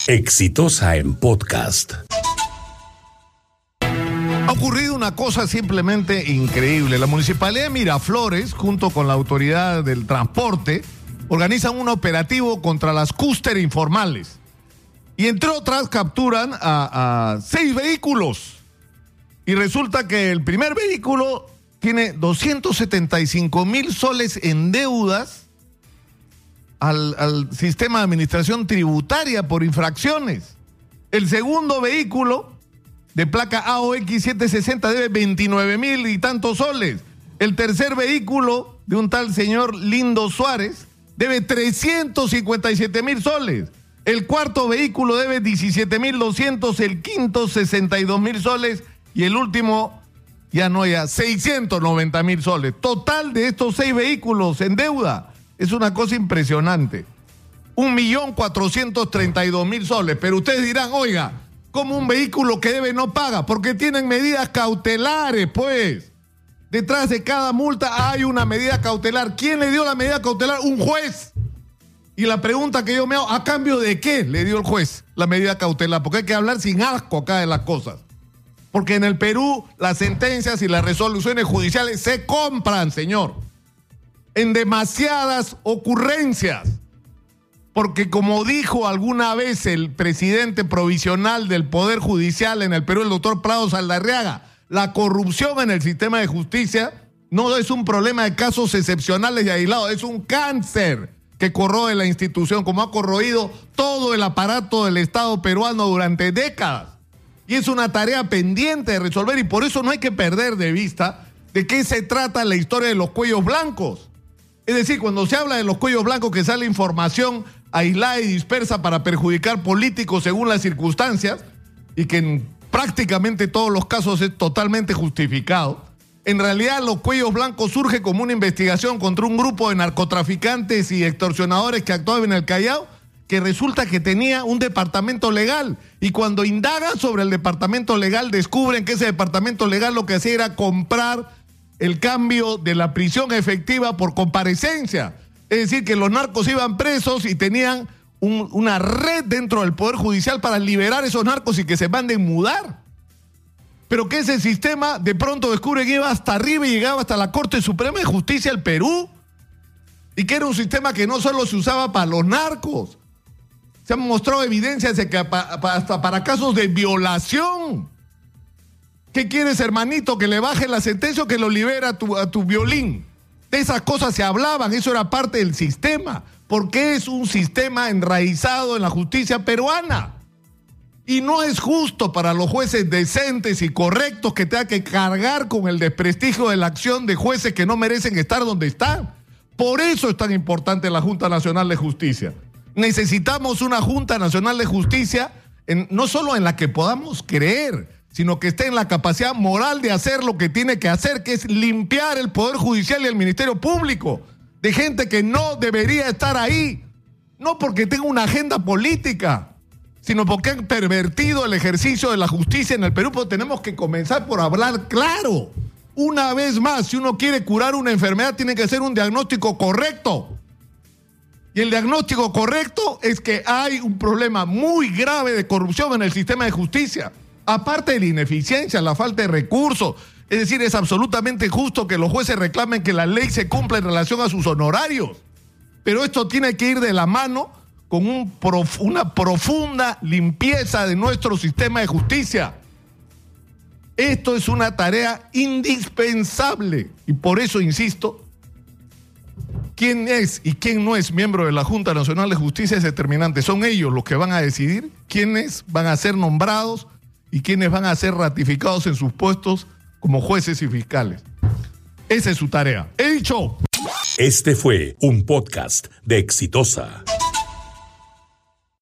Exitosa en podcast. Ha ocurrido una cosa simplemente increíble. La Municipalidad de Miraflores, junto con la Autoridad del Transporte, organizan un operativo contra las cúster informales. Y entre otras capturan a 6 vehículos. Y resulta que el primer vehículo tiene 275,000 soles en deudas al sistema de administración tributaria por infracciones. El segundo vehículo, de placa AOX 760, debe 29,000 y tantos soles. El tercer vehículo, de un tal señor Lindo Suárez, debe 357,000 soles. El cuarto vehículo debe 17,200, el quinto 62,000 soles y el último ya 690,000 soles. Total de estos 6 vehículos en deuda es una cosa impresionante. 1,432,000 soles. Pero ustedes dirán, oiga, ¿cómo un vehículo que debe no paga? Porque tienen medidas cautelares, pues. Detrás de cada multa hay una medida cautelar. ¿Quién le dio la medida cautelar? Un juez. Y la pregunta que yo me hago, ¿a cambio de qué le dio el juez la medida cautelar? Porque hay que hablar sin asco acá de las cosas. Porque en el Perú las sentencias y las resoluciones judiciales se compran, señor, en demasiadas ocurrencias. Porque como dijo alguna vez el presidente provisional del Poder Judicial en el Perú, el doctor Prado Saldarriaga, la corrupción en el sistema de justicia no es un problema de casos excepcionales y aislados, es un cáncer que corroe la institución, como ha corroído todo el aparato del Estado peruano durante décadas. Y es una tarea pendiente de resolver, y por eso no hay que perder de vista de qué se trata la historia de los cuellos blancos. Es decir, cuando se habla de los cuellos blancos, que sale información aislada y dispersa para perjudicar políticos según las circunstancias, y que en prácticamente todos los casos es totalmente justificado. En realidad, los cuellos blancos surge como una investigación contra un grupo de narcotraficantes y extorsionadores que actuaban en el Callao, que resulta que tenía un departamento legal. Y cuando indagan sobre el departamento legal, descubren que ese departamento legal lo que hacía era comprar el cambio de la prisión efectiva por comparecencia. Es decir, que los narcos iban presos y tenían una red dentro del Poder Judicial para liberar esos narcos y que se manden mudar. Pero que ese sistema de pronto descubre que iba hasta arriba y llegaba hasta la Corte Suprema de Justicia del Perú. Y que era un sistema que no solo se usaba para los narcos. Se han mostrado evidencias de que hasta para casos de violación. ¿Qué quieres, hermanito? ¿Que le baje la sentencia o que lo libera a tu violín? De esas cosas se hablaban, eso era parte del sistema. Porque es un sistema enraizado en la justicia peruana. Y no es justo para los jueces decentes y correctos que tengan que cargar con el desprestigio de la acción de jueces que no merecen estar donde están. Por eso es tan importante la Junta Nacional de Justicia. Necesitamos una Junta Nacional de Justicia no solo en la que podamos creer, sino que esté en la capacidad moral de hacer lo que tiene que hacer, que es limpiar el Poder Judicial y el Ministerio Público de gente que no debería estar ahí, no porque tenga una agenda política, sino porque han pervertido el ejercicio de la justicia en el Perú. Pero tenemos que comenzar por hablar claro. Una vez más, si uno quiere curar una enfermedad, tiene que hacer un diagnóstico correcto. Y el diagnóstico correcto es que hay un problema muy grave de corrupción en el sistema de justicia. Aparte de la ineficiencia, la falta de recursos. Es decir, es absolutamente justo que los jueces reclamen que la ley se cumpla en relación a sus honorarios. Pero esto tiene que ir de la mano con una profunda limpieza de nuestro sistema de justicia. Esto es una tarea indispensable. Y por eso insisto, quién es y quién no es miembro de la Junta Nacional de Justicia es determinante. Son ellos los que van a decidir quiénes van a ser nombrados y quiénes van a ser ratificados en sus puestos como jueces y fiscales. Esa es su tarea. He dicho. Este fue un podcast de Exitosa.